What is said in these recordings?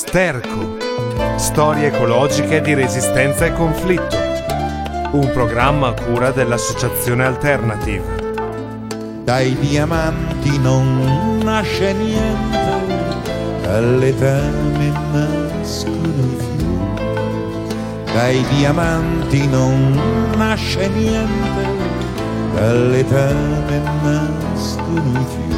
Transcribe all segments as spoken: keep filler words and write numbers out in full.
Sterco, storie ecologiche di resistenza e conflitto, un programma a cura dell'Associazione Alternative. Dai diamanti non nasce niente, dalle tane nascono i fiori. Dai diamanti non nasce niente, dalle tane nascono i fiori.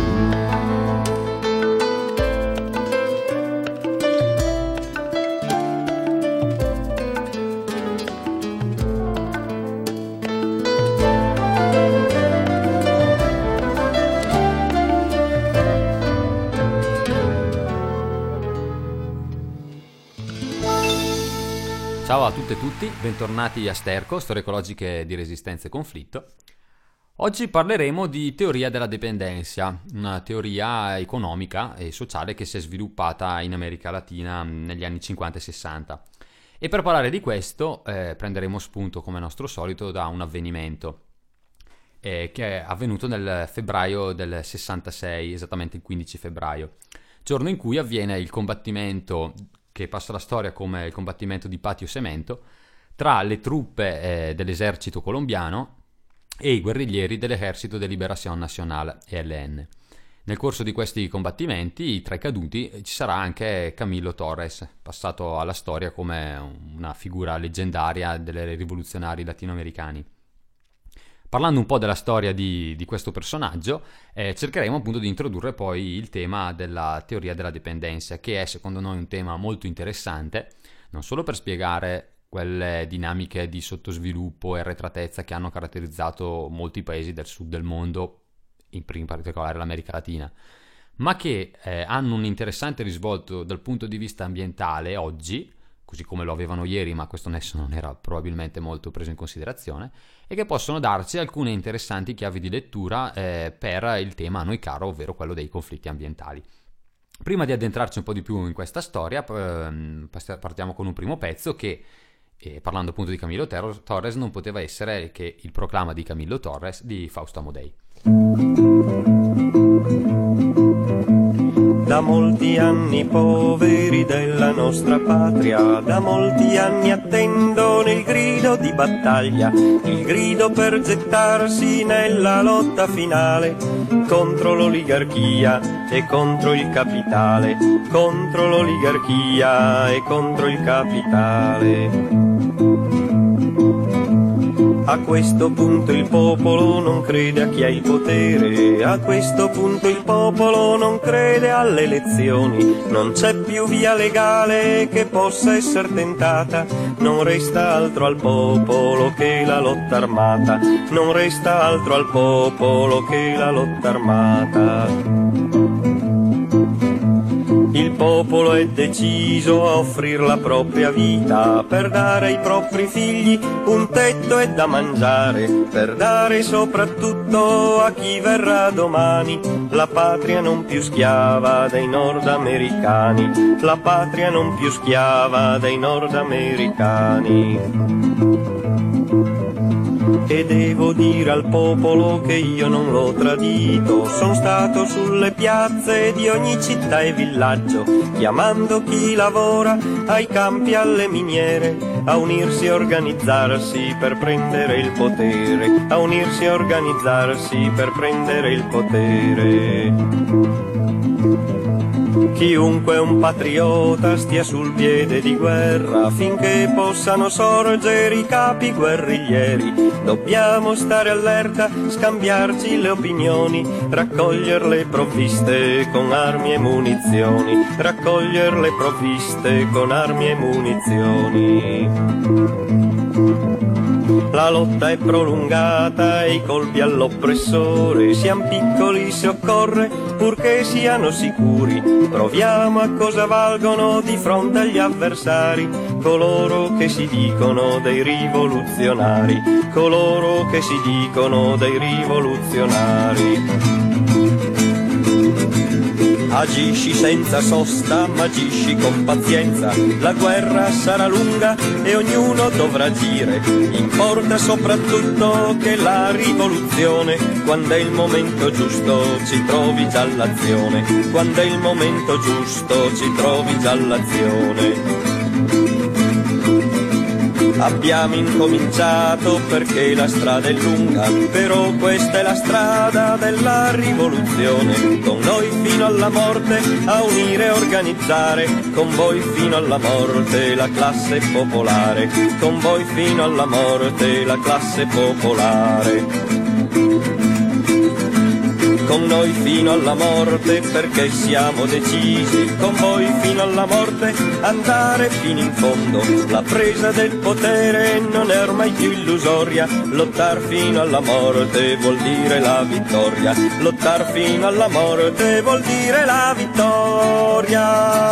Ciao a tutte e tutti, bentornati a Sterco, storie ecologiche di resistenza e conflitto. Oggi parleremo di teoria della dipendenza, una teoria economica e sociale che si è sviluppata in America Latina negli anni cinquanta e sessanta. E per parlare di questo eh, prenderemo spunto, come nostro solito, da un avvenimento eh, che è avvenuto nel febbraio del sessantasei, esattamente il quindici febbraio, giorno in cui avviene il combattimento che passa alla storia come il combattimento di Patio Cemento tra le truppe eh, dell'esercito colombiano e i guerriglieri dell'Ejercito de Liberación Nacional, E L N. Nel corso di questi combattimenti, tra i caduti, ci sarà anche Camilo Torres, passato alla storia come una figura leggendaria dei rivoluzionari latinoamericani. Parlando un po' della storia di, di questo personaggio, eh, cercheremo appunto di introdurre poi il tema della teoria della dipendenza, che è secondo noi un tema molto interessante, non solo per spiegare quelle dinamiche di sottosviluppo e arretratezza che hanno caratterizzato molti paesi del sud del mondo, in particolare l'America Latina, ma che eh, hanno un interessante risvolto dal punto di vista ambientale oggi, così come lo avevano ieri, ma questo nesso non era probabilmente molto preso in considerazione, e che possono darci alcune interessanti chiavi di lettura eh, per il tema a noi caro, ovvero quello dei conflitti ambientali. Prima di addentrarci un po' di più in questa storia, eh, partiamo con un primo pezzo che, eh, parlando appunto di Camilo Torres, non poteva essere che il proclama di Camilo Torres di Fausto Amodei. Da molti anni poveri della nostra patria, da molti anni attendono il grido di battaglia, il grido per gettarsi nella lotta finale contro l'oligarchia e contro il capitale, contro l'oligarchia e contro il capitale. A questo punto il popolo non crede a chi ha il potere, a questo punto il popolo non crede alle elezioni, non c'è più via legale che possa essere tentata, non resta altro al popolo che la lotta armata, non resta altro al popolo che la lotta armata. Il popolo è deciso a offrir la propria vita per dare ai propri figli un tetto e da mangiare, per dare soprattutto a chi verrà domani la patria non più schiava dei nordamericani, la patria non più schiava dei nordamericani. E devo dire al popolo che io non l'ho tradito, sono stato sulle piazze di ogni città e villaggio, chiamando chi lavora ai campi e alle miniere, a unirsi e organizzarsi per prendere il potere, a unirsi e organizzarsi per prendere il potere. Chiunque è un patriota stia sul piede di guerra finché possano sorgere i capi guerriglieri. Dobbiamo stare allerta, scambiarci le opinioni, raccogliere le provviste con armi e munizioni, raccogliere le provviste con armi e munizioni. La lotta è prolungata e i colpi all'oppressore, siamo piccoli se occorre, purché siano sicuri. Proviamo a cosa valgono di fronte agli avversari, coloro che si dicono dei rivoluzionari, coloro che si dicono dei rivoluzionari. Agisci senza sosta, ma agisci con pazienza. La guerra sarà lunga e ognuno dovrà agire. Importa soprattutto che la rivoluzione, quando è il momento giusto, ci trovi già l'azione. Quando è il momento giusto, ci trovi già l'azione. Abbiamo incominciato perché la strada è lunga, però questa è la strada della rivoluzione. Con noi fino alla morte, a unire e organizzare, con voi fino alla morte la classe popolare, con voi fino alla morte la classe popolare. Con noi fino alla morte perché siamo decisi, con voi fino alla morte andare fino in fondo. La presa del potere non è ormai più illusoria, lottar fino alla morte vuol dire la vittoria, lottar fino alla morte vuol dire la vittoria.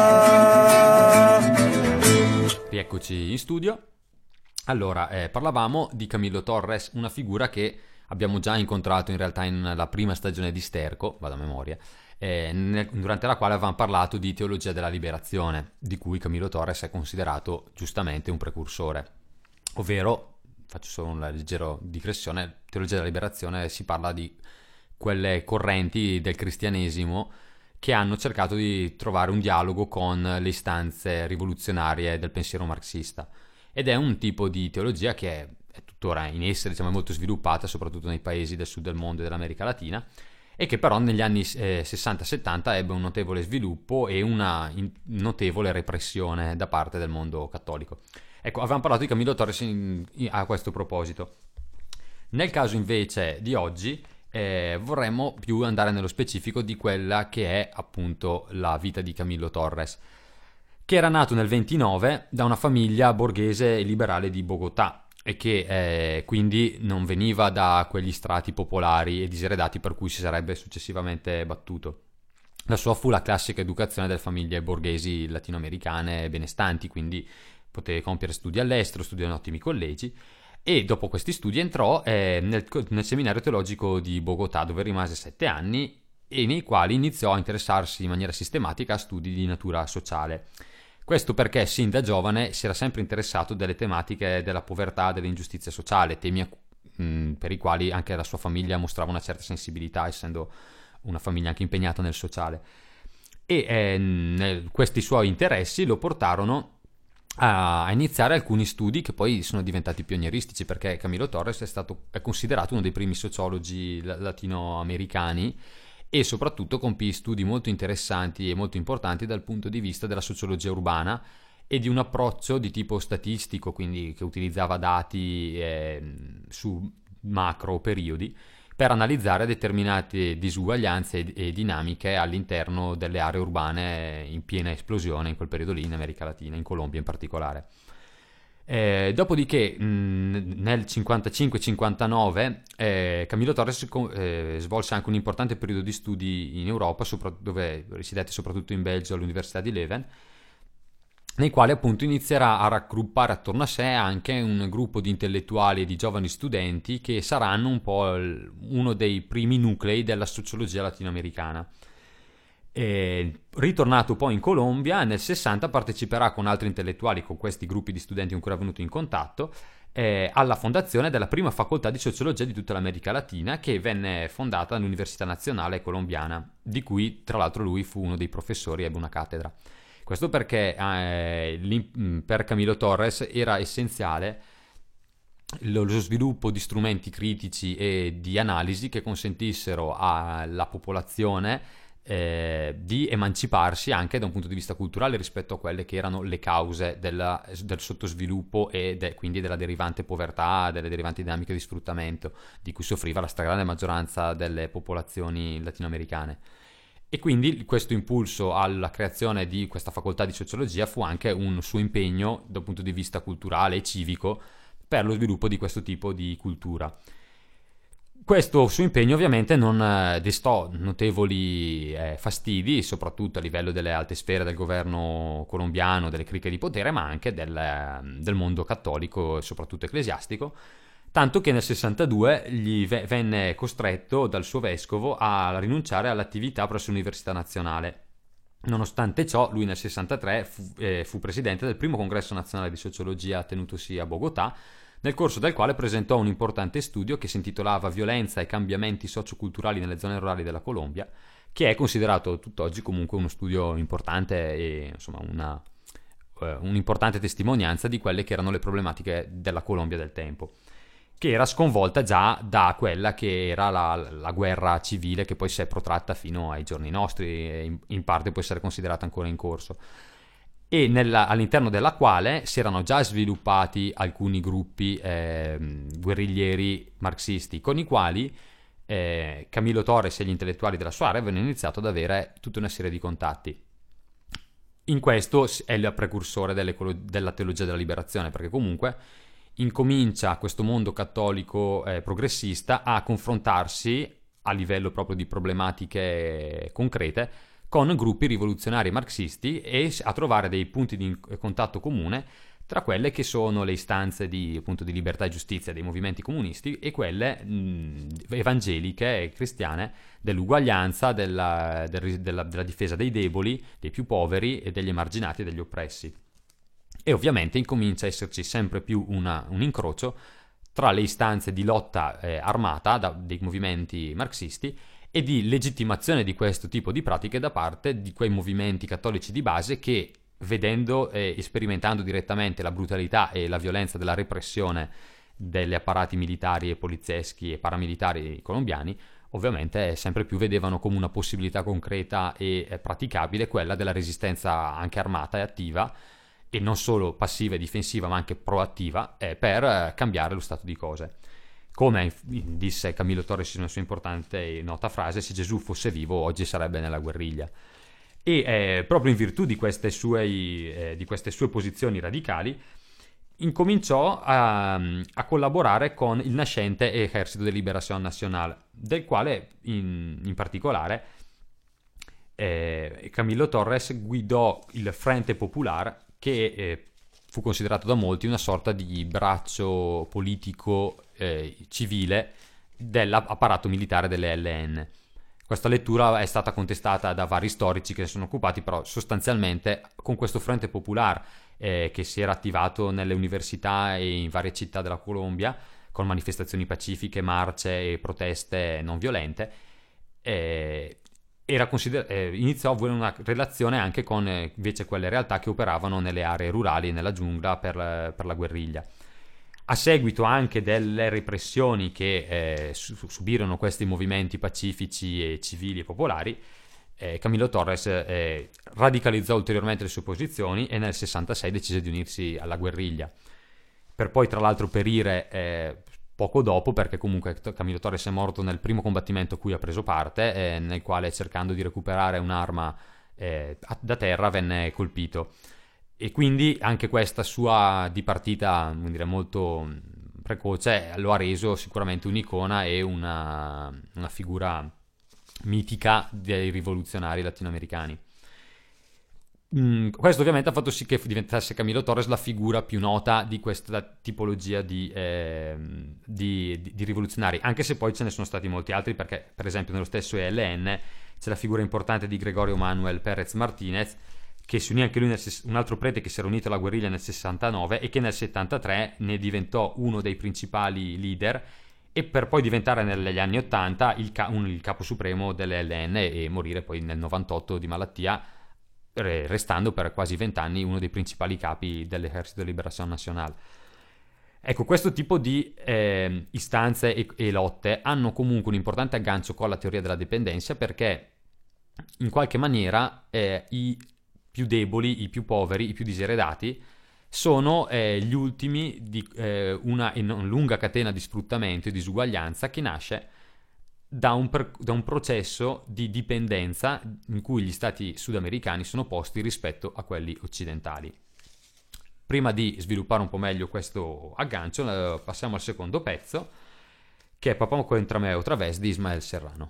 Rieccoci in studio. Allora, eh, parlavamo di Camillo Torres, una figura che abbiamo già incontrato in realtà nella prima stagione di Sterco, vado a memoria, eh, nel, durante la quale avevamo parlato di teologia della liberazione, di cui Camillo Torres è considerato giustamente un precursore. Ovvero, faccio solo una leggera digressione, teologia della liberazione si parla di quelle correnti del cristianesimo che hanno cercato di trovare un dialogo con le istanze rivoluzionarie del pensiero marxista. Ed è un tipo di teologia che è è tuttora in essere, diciamo, è molto sviluppata soprattutto nei paesi del sud del mondo e dell'America Latina, e che però negli anni eh, sessanta settanta ebbe un notevole sviluppo e una in- notevole repressione da parte del mondo cattolico. Ecco, avevamo parlato di Camillo Torres in, in, a questo proposito. Nel caso invece di oggi eh, vorremmo più andare nello specifico di quella che è appunto la vita di Camillo Torres, che era nato nel ventinove da una famiglia borghese e liberale di Bogotà, e che eh, quindi non veniva da quegli strati popolari e diseredati per cui si sarebbe successivamente battuto. La sua fu la classica educazione delle famiglie borghesi latinoamericane benestanti, quindi poté compiere studi all'estero, studiò in ottimi collegi, e dopo questi studi entrò eh, nel, nel seminario teologico di Bogotà, dove rimase sette anni e nei quali iniziò a interessarsi in maniera sistematica a studi di natura sociale. Questo perché sin da giovane si era sempre interessato delle tematiche della povertà, dell'ingiustizia sociale, temi mh, per i quali anche la sua famiglia mostrava una certa sensibilità, essendo una famiglia anche impegnata nel sociale. E eh, nel, questi suoi interessi lo portarono a, a iniziare alcuni studi che poi sono diventati pionieristici, perché Camillo Torres è stato è considerato uno dei primi sociologi latinoamericani, e soprattutto compì studi molto interessanti e molto importanti dal punto di vista della sociologia urbana e di un approccio di tipo statistico, quindi che utilizzava dati eh, su macro periodi per analizzare determinate disuguaglianze e, e dinamiche all'interno delle aree urbane in piena esplosione in quel periodo lì in America Latina, in Colombia in particolare. Eh, dopodiché mh, nel cinquantacinque cinquantanove eh, Camillo Torres eh, svolse anche un importante periodo di studi in Europa, sopra- dove risiedette soprattutto in Belgio all'Università di Leuven, nei quali appunto inizierà a raggruppare attorno a sé anche un gruppo di intellettuali e di giovani studenti che saranno un po' il, uno dei primi nuclei della sociologia latinoamericana. E, ritornato poi in Colombia, nel sessanta parteciperà con altri intellettuali, con questi gruppi di studenti con cui era venuto in contatto, eh, alla fondazione della prima facoltà di sociologia di tutta l'America Latina, che venne fondata all'Università Nazionale Colombiana, di cui tra l'altro lui fu uno dei professori e ebbe una cattedra. Questo perché eh, per Camillo Torres era essenziale lo, lo sviluppo di strumenti critici e di analisi che consentissero alla popolazione Eh, di emanciparsi anche da un punto di vista culturale rispetto a quelle che erano le cause della, del sottosviluppo e de, quindi della derivante povertà, delle derivanti dinamiche di sfruttamento di cui soffriva la stragrande maggioranza delle popolazioni latinoamericane. E quindi questo impulso alla creazione di questa facoltà di sociologia fu anche un suo impegno dal punto di vista culturale e civico per lo sviluppo di questo tipo di cultura. Questo suo impegno ovviamente non eh, destò notevoli eh, fastidi, soprattutto a livello delle alte sfere del governo colombiano, delle cricche di potere, ma anche del, eh, del mondo cattolico e soprattutto ecclesiastico, tanto che nel sessantadue gli v- venne costretto dal suo vescovo a rinunciare all'attività presso l'Università Nazionale, Nonostante ciò, lui nel sessantatré fu, eh, fu presidente del primo congresso nazionale di sociologia tenutosi a Bogotà, nel corso del quale presentò un importante studio che si intitolava Violenza e cambiamenti socioculturali nelle zone rurali della Colombia, che è considerato tutt'oggi comunque uno studio importante e insomma una, eh, un'importante testimonianza di quelle che erano le problematiche della Colombia del tempo, che era sconvolta già da quella che era la, la guerra civile che poi si è protratta fino ai giorni nostri e in, in parte può essere considerata ancora in corso, e nella, all'interno della quale si erano già sviluppati alcuni gruppi eh, guerriglieri marxisti con i quali eh, Camilo Torres e gli intellettuali della sua area avevano iniziato ad avere tutta una serie di contatti. In questo è il precursore della teologia della liberazione, perché comunque incomincia questo mondo cattolico eh, progressista a confrontarsi a livello proprio di problematiche concrete con gruppi rivoluzionari marxisti e a trovare dei punti di contatto comune tra quelle che sono le istanze di, appunto, di libertà e giustizia dei movimenti comunisti e quelle mh, evangeliche e cristiane dell'uguaglianza, della, del, della, della difesa dei deboli, dei più poveri e degli emarginati e degli oppressi. E ovviamente incomincia a esserci sempre più una, un incrocio tra le istanze di lotta eh, armata da, dei movimenti marxisti e di legittimazione di questo tipo di pratiche da parte di quei movimenti cattolici di base che, vedendo e sperimentando direttamente la brutalità e la violenza della repressione degli apparati militari e polizieschi e paramilitari colombiani, ovviamente sempre più vedevano come una possibilità concreta e praticabile quella della resistenza anche armata e attiva, e non solo passiva e difensiva ma anche proattiva, eh, per cambiare lo stato di cose. Come disse Camilo Torres in una sua importante e nota frase: se Gesù fosse vivo oggi sarebbe nella guerriglia. E eh, proprio in virtù di queste sue, eh, di queste sue posizioni radicali incominciò a, a collaborare con il nascente Ejército de Liberación Nacional, del quale in, in particolare eh, Camilo Torres guidò il Frente Popular, che eh, fu considerato da molti una sorta di braccio politico eh, civile dell'apparato militare delle L N. Questa lettura è stata contestata da vari storici che ne sono occupati, però sostanzialmente con questo Frente Popular eh, che si era attivato nelle università e in varie città della Colombia con manifestazioni pacifiche, marce e proteste non violente, eh, era consider- eh, iniziò a avere una relazione anche con eh, invece quelle realtà che operavano nelle aree rurali e nella giungla per, per la guerriglia. A seguito anche delle repressioni che eh, subirono questi movimenti pacifici e civili e popolari, eh, Camilo Torres eh, radicalizzò ulteriormente le sue posizioni e nel sessantasei decise di unirsi alla guerriglia, per poi tra l'altro perire eh, poco dopo, perché comunque Camilo Torres è morto nel primo combattimento a cui ha preso parte, eh, nel quale, cercando di recuperare un'arma eh, da terra, venne colpito. E quindi anche questa sua dipartita, come dire, molto precoce lo ha reso sicuramente un'icona e una, una figura mitica dei rivoluzionari latinoamericani. Mm, questo ovviamente ha fatto sì che diventasse Camilo Torres la figura più nota di questa tipologia di, eh, di, di, di rivoluzionari, anche se poi ce ne sono stati molti altri, perché per esempio nello stesso E L N c'è la figura importante di Gregorio Manuel Pérez Martínez, che si unì anche lui, nel, un altro prete che si era unito alla guerriglia nel sessantanove e che nel settantatré ne diventò uno dei principali leader, e per poi diventare negli anni ottanta il, ca- un, il capo supremo delle L N e morire poi nel novantotto di malattia, restando per quasi vent'anni uno dei principali capi dell'Ejército de Liberación Nacional. Ecco, questo tipo di eh, istanze e, e lotte hanno comunque un importante aggancio con la teoria della dipendenza, perché in qualche maniera eh, i più deboli, i più poveri, i più diseredati sono eh, gli ultimi di eh, una lunga catena di sfruttamento e disuguaglianza che nasce da un, per, da un processo di dipendenza in cui gli stati sudamericani sono posti rispetto a quelli occidentali. Prima di sviluppare un po' meglio questo aggancio, eh, passiamo al secondo pezzo, che è Papá Cuéntame otra vez di Ismael Serrano.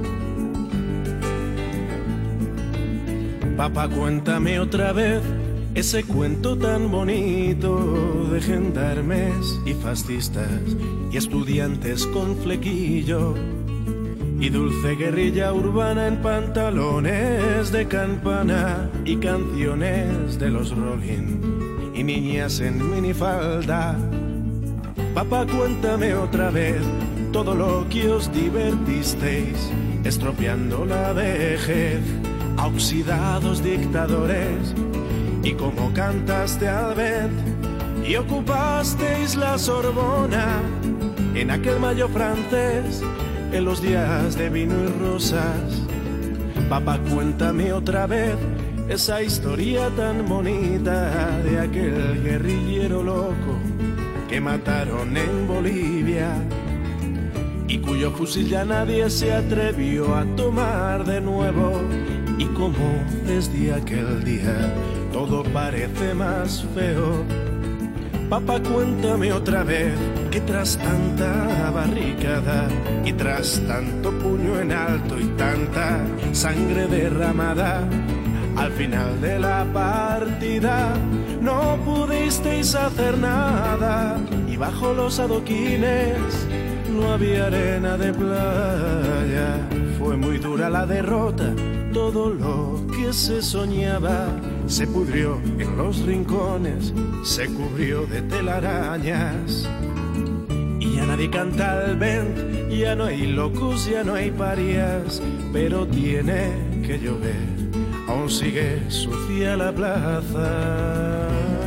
Papá, cuéntame otra vez ese cuento tan bonito de gendarmes y fascistas y estudiantes con flequillo y dulce guerrilla urbana en pantalones de campana y canciones de los Rolling y niñas en minifalda. Papá, cuéntame otra vez todo lo que os divertisteis, estropeando la vejez a oxidados dictadores, y cómo cantaste al vent y ocupasteis la Sorbona en aquel mayo francés, en los días de vino y rosas. Papá, cuéntame otra vez esa historia tan bonita de aquel guerrillero loco que mataron en Bolivia y cuyo fusil ya nadie se atrevió a tomar de nuevo, y cómo desde aquel día todo parece más feo. Papá, cuéntame otra vez que tras tanta barricada y tras tanto puño en alto y tanta sangre derramada, al final de la partida no pudisteis hacer nada, y bajo los adoquines no había arena de playa. Fue muy dura la derrota, todo lo que se soñaba se pudrió en los rincones, se cubrió de telarañas. Y ya nadie canta al vent, ya no hay locos, ya no hay parias, pero tiene que llover, aún sigue sucia la plaza.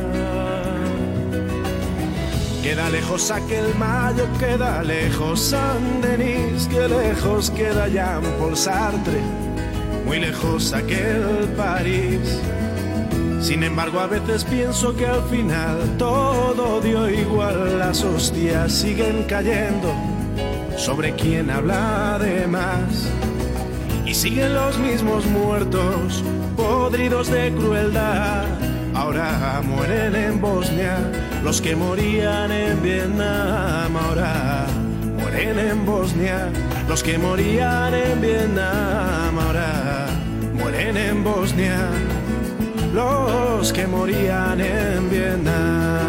Queda lejos aquel mayo, queda lejos Saint-Denis, que lejos queda Jean-Paul Sartre, muy lejos aquel París. Sin embargo, a veces pienso que al final todo dio igual, las hostias siguen cayendo sobre quien habla de más, y siguen los mismos muertos, podridos de crueldad. Ahora mueren en Bosnia los que morían en Vietnam. Ahora mueren en Bosnia los que morían en Vietnam. Ahora mueren en Bosnia los que morían en Vietnam.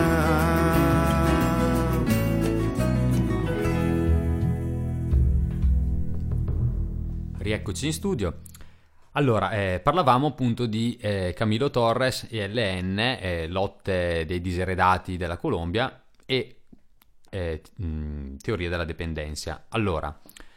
Rieccoci in studio. Allora, eh, parlavamo appunto di eh, Camilo Torres e L N, eh, lotte dei diseredati della Colombia e eh, mh, teoria della dipendenza. Allora,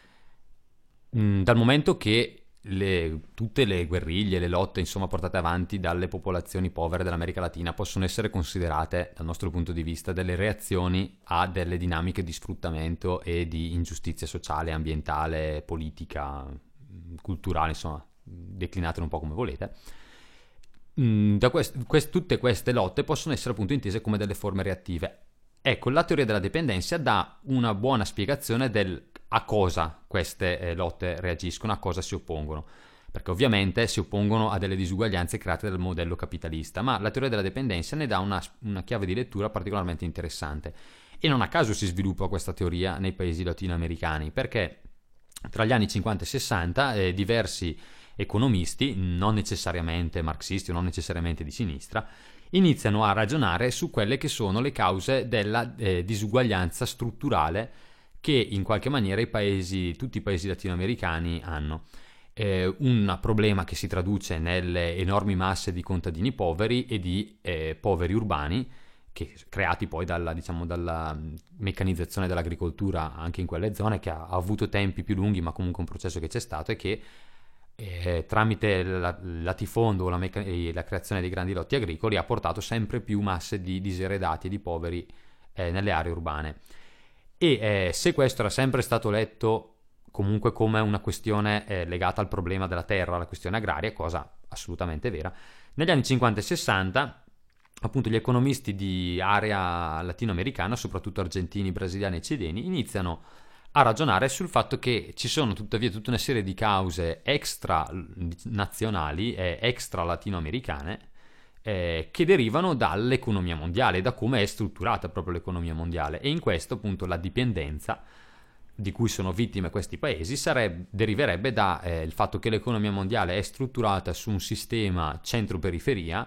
mh, dal momento che le, tutte le guerriglie, le lotte, insomma, portate avanti dalle popolazioni povere dell'America Latina possono essere considerate, dal nostro punto di vista, delle reazioni a delle dinamiche di sfruttamento e di ingiustizia sociale, ambientale, politica, culturale, insomma, declinatelo un po' come volete. Da quest- quest- tutte queste lotte possono essere appunto intese come delle forme reattive. Ecco, la teoria della dipendenza dà una buona spiegazione del a cosa queste eh, lotte reagiscono, a cosa si oppongono, perché ovviamente si oppongono a delle disuguaglianze create dal modello capitalista, ma la teoria della dipendenza ne dà una, una chiave di lettura particolarmente interessante, e non a caso si sviluppa questa teoria nei paesi latinoamericani, perché tra gli anni cinquanta e sessanta eh, diversi economisti, non necessariamente marxisti o non necessariamente di sinistra, iniziano a ragionare su quelle che sono le cause della eh, disuguaglianza strutturale che in qualche maniera i paesi, tutti i paesi latinoamericani hanno. Eh, un problema che si traduce nelle enormi masse di contadini poveri e di eh, poveri urbani, che creati poi dalla, diciamo, dalla meccanizzazione dell'agricoltura anche in quelle zone, che ha, ha avuto tempi più lunghi, ma comunque un processo che c'è stato, e che eh, tramite la, il latifondo o la, meccan- la creazione dei grandi lotti agricoli ha portato sempre più masse di diseredati e di poveri eh, nelle aree urbane. E eh, se questo era sempre stato letto comunque come una questione eh, legata al problema della terra, alla questione agraria, cosa assolutamente vera, negli anni cinquanta e sessanta appunto gli economisti di area latinoamericana, soprattutto argentini, brasiliani e cileni, iniziano a ragionare sul fatto che ci sono tuttavia tutta una serie di cause extra nazionali e extra latinoamericane eh, che derivano dall'economia mondiale, da come è strutturata proprio l'economia mondiale, e in questo appunto la dipendenza di cui sono vittime questi paesi sarebbe, deriverebbe da eh, il fatto che l'economia mondiale è strutturata su un sistema centro-periferia,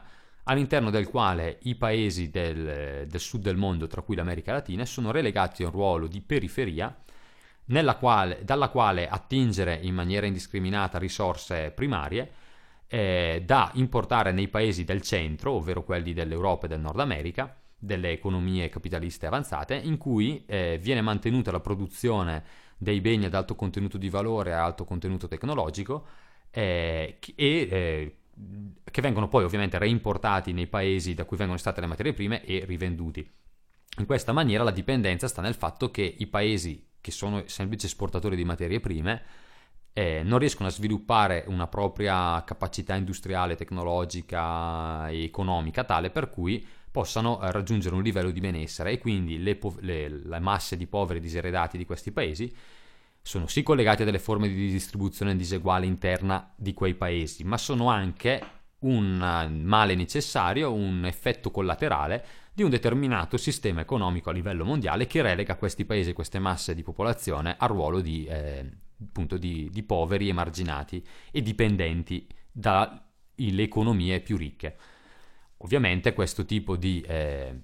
all'interno del quale i paesi del, del sud del mondo, tra cui l'America Latina, sono relegati a un ruolo di periferia nella quale, dalla quale attingere in maniera indiscriminata risorse primarie eh, da importare nei paesi del centro, ovvero quelli dell'Europa e del Nord America, delle economie capitaliste avanzate, in cui eh, viene mantenuta la produzione dei beni ad alto contenuto di valore e alto contenuto tecnologico eh, e eh, che vengono poi ovviamente reimportati nei paesi da cui vengono state le materie prime e rivenduti. In questa maniera la dipendenza sta nel fatto che i paesi che sono semplici esportatori di materie prime eh, non riescono a sviluppare una propria capacità industriale, tecnologica e economica tale per cui possano raggiungere un livello di benessere, e quindi le, po- le, le masse di poveri diseredati di questi paesi sono sì collegati a delle forme di distribuzione diseguale interna di quei paesi, ma sono anche un male necessario, un effetto collaterale di un determinato sistema economico a livello mondiale che relega questi paesi e queste masse di popolazione al ruolo di, eh, appunto di, di poveri emarginati e dipendenti dalle economie più ricche. Ovviamente questo tipo di eh,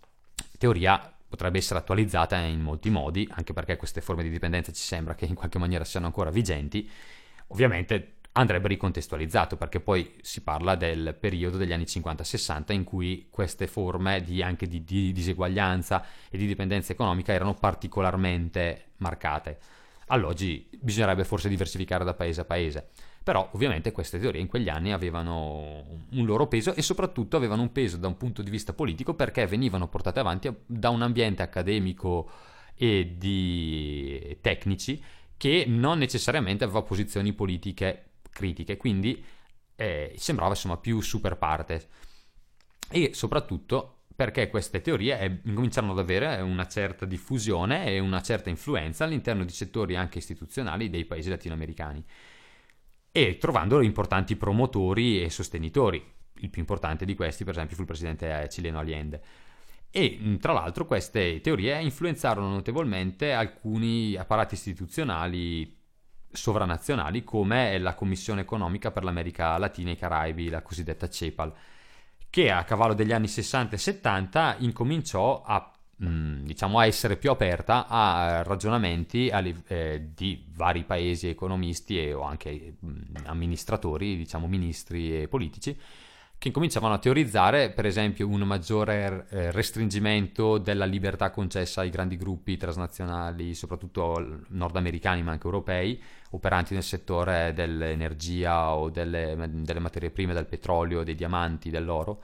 teoria potrebbe essere attualizzata in molti modi, anche perché queste forme di dipendenza ci sembra che in qualche maniera siano ancora vigenti. Ovviamente andrebbe ricontestualizzato, perché poi si parla del periodo degli anni cinquanta sessanta in cui queste forme di, anche di, di diseguaglianza e di dipendenza economica erano particolarmente marcate. All'oggi bisognerebbe forse diversificare da paese a paese. Però ovviamente queste teorie in quegli anni avevano un loro peso, e soprattutto avevano un peso da un punto di vista politico, perché venivano portate avanti da un ambiente accademico e di tecnici che non necessariamente aveva posizioni politiche critiche, quindi eh, sembrava insomma più super partes. E soprattutto perché queste teorie eh, incominciarono ad avere una certa diffusione e una certa influenza all'interno di settori anche istituzionali dei paesi latinoamericani, e trovando importanti promotori e sostenitori. Il più importante di questi, per esempio, fu il presidente cileno Allende. E tra l'altro queste teorie influenzarono notevolmente alcuni apparati istituzionali sovranazionali, come la Commissione Economica per l'America Latina e i Caraibi, la cosiddetta CEPAL, che a cavallo degli anni sessanta e settanta incominciò a diciamo a essere più aperta a ragionamenti eh, di vari paesi, economisti e o anche mh, amministratori, diciamo ministri e politici, che incominciavano a teorizzare per esempio un maggiore eh, restringimento della libertà concessa ai grandi gruppi transnazionali, soprattutto nordamericani ma anche europei, operanti nel settore dell'energia o delle, delle materie prime, del petrolio, dei diamanti, dell'oro.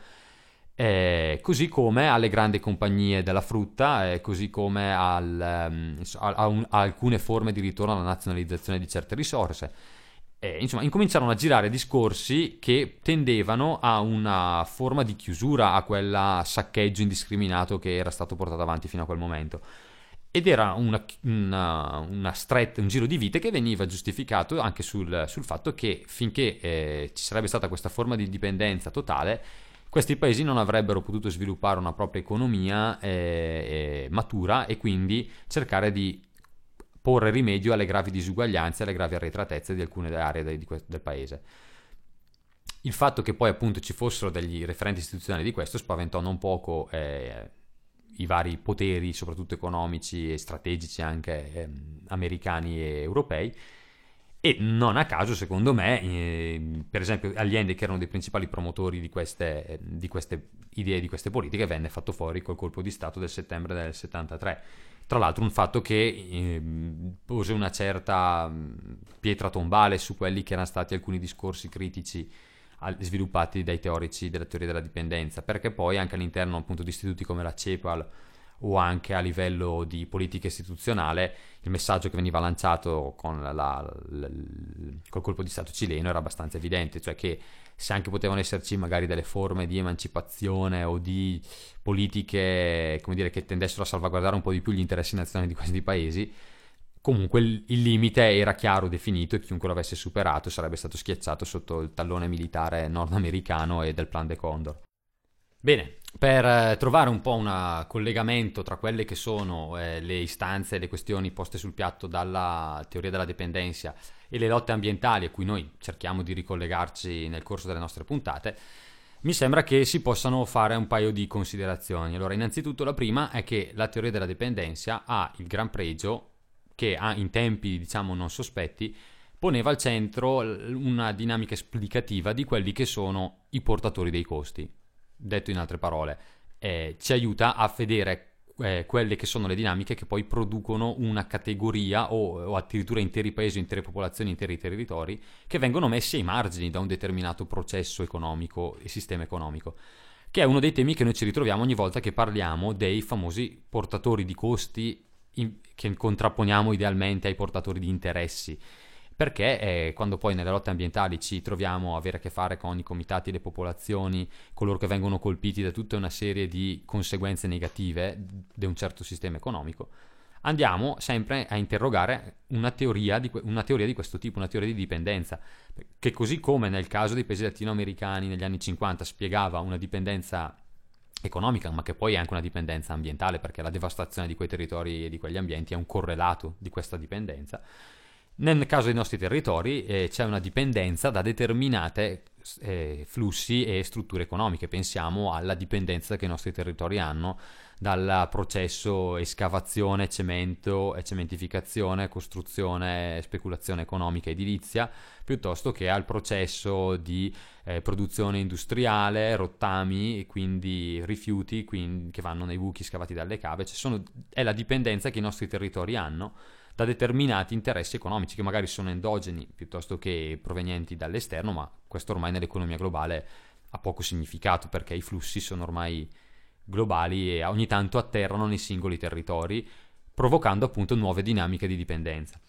Eh, così come alle grandi compagnie della frutta, eh, così come al, um, a, a, un, a alcune forme di ritorno alla nazionalizzazione di certe risorse. Eh, insomma, incominciarono a girare discorsi che tendevano a una forma di chiusura a quel saccheggio indiscriminato che era stato portato avanti fino a quel momento. Ed era una, una, una stretta, un giro di vite che veniva giustificato anche sul, sul fatto che finché eh, ci sarebbe stata questa forma di dipendenza totale, questi paesi non avrebbero potuto sviluppare una propria economia eh, eh, matura, e quindi cercare di porre rimedio alle gravi disuguaglianze, alle gravi arretratezze di alcune aree del, del paese. Il fatto che poi appunto ci fossero degli referenti istituzionali di questo spaventò non poco eh, i vari poteri, soprattutto economici e strategici anche eh, americani e europei. E non a caso, secondo me, eh, per esempio Allende, che erano dei principali promotori di queste, di queste idee, di queste politiche, venne fatto fuori col colpo di Stato del settembre del settantatré. Tra l'altro un fatto che eh, pose una certa pietra tombale su quelli che erano stati alcuni discorsi critici al, sviluppati dai teorici della teoria della dipendenza, perché poi anche all'interno appunto di istituti come la CEPAL o anche a livello di politica istituzionale, il messaggio che veniva lanciato con la, la, la, col colpo di Stato cileno era abbastanza evidente, cioè che se anche potevano esserci magari delle forme di emancipazione o di politiche, come dire, che tendessero a salvaguardare un po' di più gli interessi nazionali di questi paesi, comunque il, il limite era chiaro, definito, e chiunque lo avesse superato sarebbe stato schiacciato sotto il tallone militare nordamericano e del Plan de Condor. Bene, per trovare un po' un collegamento tra quelle che sono eh, le istanze e le questioni poste sul piatto dalla teoria della dipendenza e le lotte ambientali a cui noi cerchiamo di ricollegarci nel corso delle nostre puntate, mi sembra che si possano fare un paio di considerazioni. Allora, innanzitutto la prima è che la teoria della dipendenza ha il gran pregio che ha, in tempi diciamo non sospetti, poneva al centro una dinamica esplicativa di quelli che sono i portatori dei costi. Detto in altre parole, eh, ci aiuta a vedere eh, quelle che sono le dinamiche che poi producono una categoria o, o addirittura interi paesi, intere popolazioni, interi territori che vengono messi ai margini da un determinato processo economico e sistema economico, che è uno dei temi che noi ci ritroviamo ogni volta che parliamo dei famosi portatori di costi in, che contrapponiamo idealmente ai portatori di interessi. Perché eh, quando poi nelle lotte ambientali ci troviamo a avere a che fare con i comitati, le popolazioni, coloro che vengono colpiti da tutta una serie di conseguenze negative di un certo sistema economico, andiamo sempre a interrogare una teoria di, una teoria di questo tipo, una teoria di dipendenza, che così come nel caso dei paesi latinoamericani negli anni cinquanta spiegava una dipendenza economica, ma che poi è anche una dipendenza ambientale, perché la devastazione di quei territori e di quegli ambienti è un correlato di questa dipendenza. Nel caso dei nostri territori eh, c'è una dipendenza da determinate eh, flussi e strutture economiche. Pensiamo alla dipendenza che i nostri territori hanno dal processo escavazione, cemento e cementificazione, costruzione, speculazione economica edilizia, piuttosto che al processo di eh, produzione industriale, rottami e quindi rifiuti quindi, che vanno nei buchi scavati dalle cave. Cioè sono, è la dipendenza che i nostri territori hanno da determinati interessi economici che magari sono endogeni piuttosto che provenienti dall'esterno, ma questo ormai nell'economia globale ha poco significato perché i flussi sono ormai globali e ogni tanto atterrano nei singoli territori, provocando appunto nuove dinamiche di dipendenza.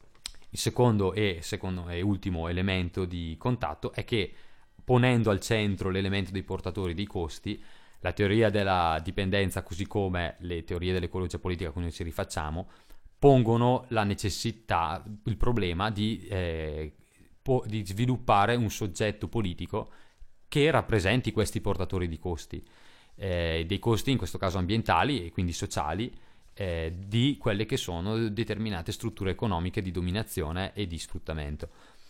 Il secondo e, secondo e ultimo elemento di contatto è che, ponendo al centro l'elemento dei portatori dei costi, la teoria della dipendenza, così come le teorie dell'ecologia politica a cui noi ci rifacciamo, pongono la necessità, il problema di, eh, po- di sviluppare un soggetto politico che rappresenti questi portatori di costi, eh, dei costi in questo caso ambientali e quindi sociali, eh, di quelle che sono determinate strutture economiche di dominazione e di sfruttamento.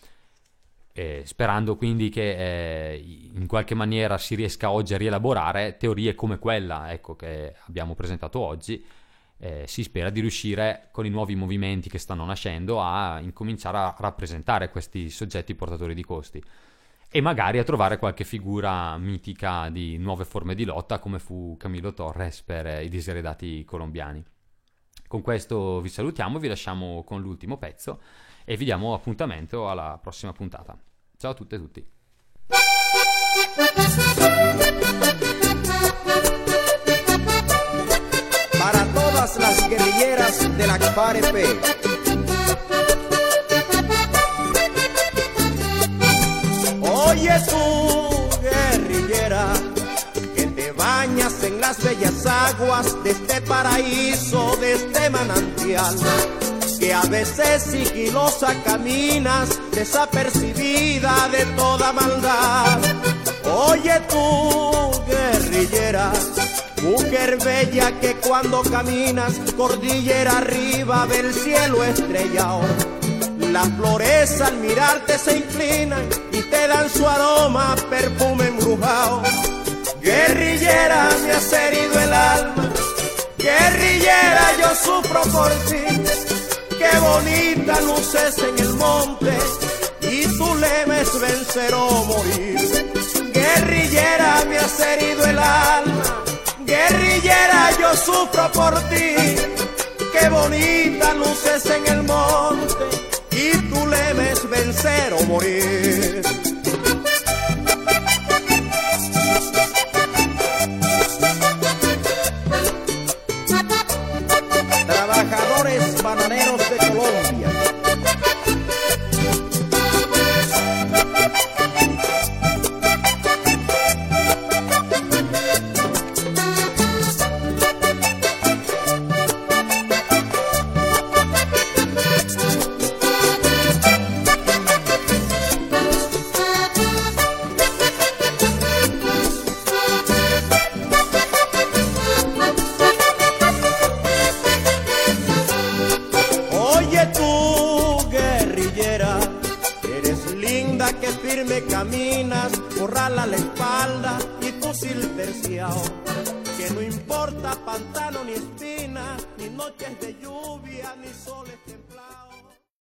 Eh, sperando quindi che eh, in qualche maniera si riesca oggi a rielaborare teorie come quella, ecco, che abbiamo presentato oggi. Eh, si spera di riuscire con i nuovi movimenti che stanno nascendo a incominciare a rappresentare questi soggetti portatori di costi e magari a trovare qualche figura mitica di nuove forme di lotta come fu Camilo Torres per i diseredati colombiani. Con questo vi salutiamo, vi lasciamo con l'ultimo pezzo e vi diamo appuntamento alla prossima puntata. Ciao a tutte e tutti. Para todas las guerrilleras de la C F A R E P. Oye tú, guerrillera, que te bañas en las bellas aguas de este paraíso, de este manantial, que a veces sigilosa caminas, desapercibida de toda maldad. Oye tú, guerrillera, mujer bella que cuando caminas cordillera arriba ve el cielo estrellado. Las flores al mirarte se inclinan y te dan su aroma, perfume embrujado. Guerrillera, me has herido el alma, guerrillera, yo sufro por ti. Qué bonita luces en el monte y tu lema es vencer o morir. Guerrillera, me has herido el alma, guerrillera, yo sufro por ti. Qué bonita luces en el monte y tu lema es vencer o morir. Trabajadores bananeros de Colombia. Oye tú, firme caminas, corral a la espalda y fusil terciado. Que no importa pantano ni espina, ni noches de lluvia, ni soles templados.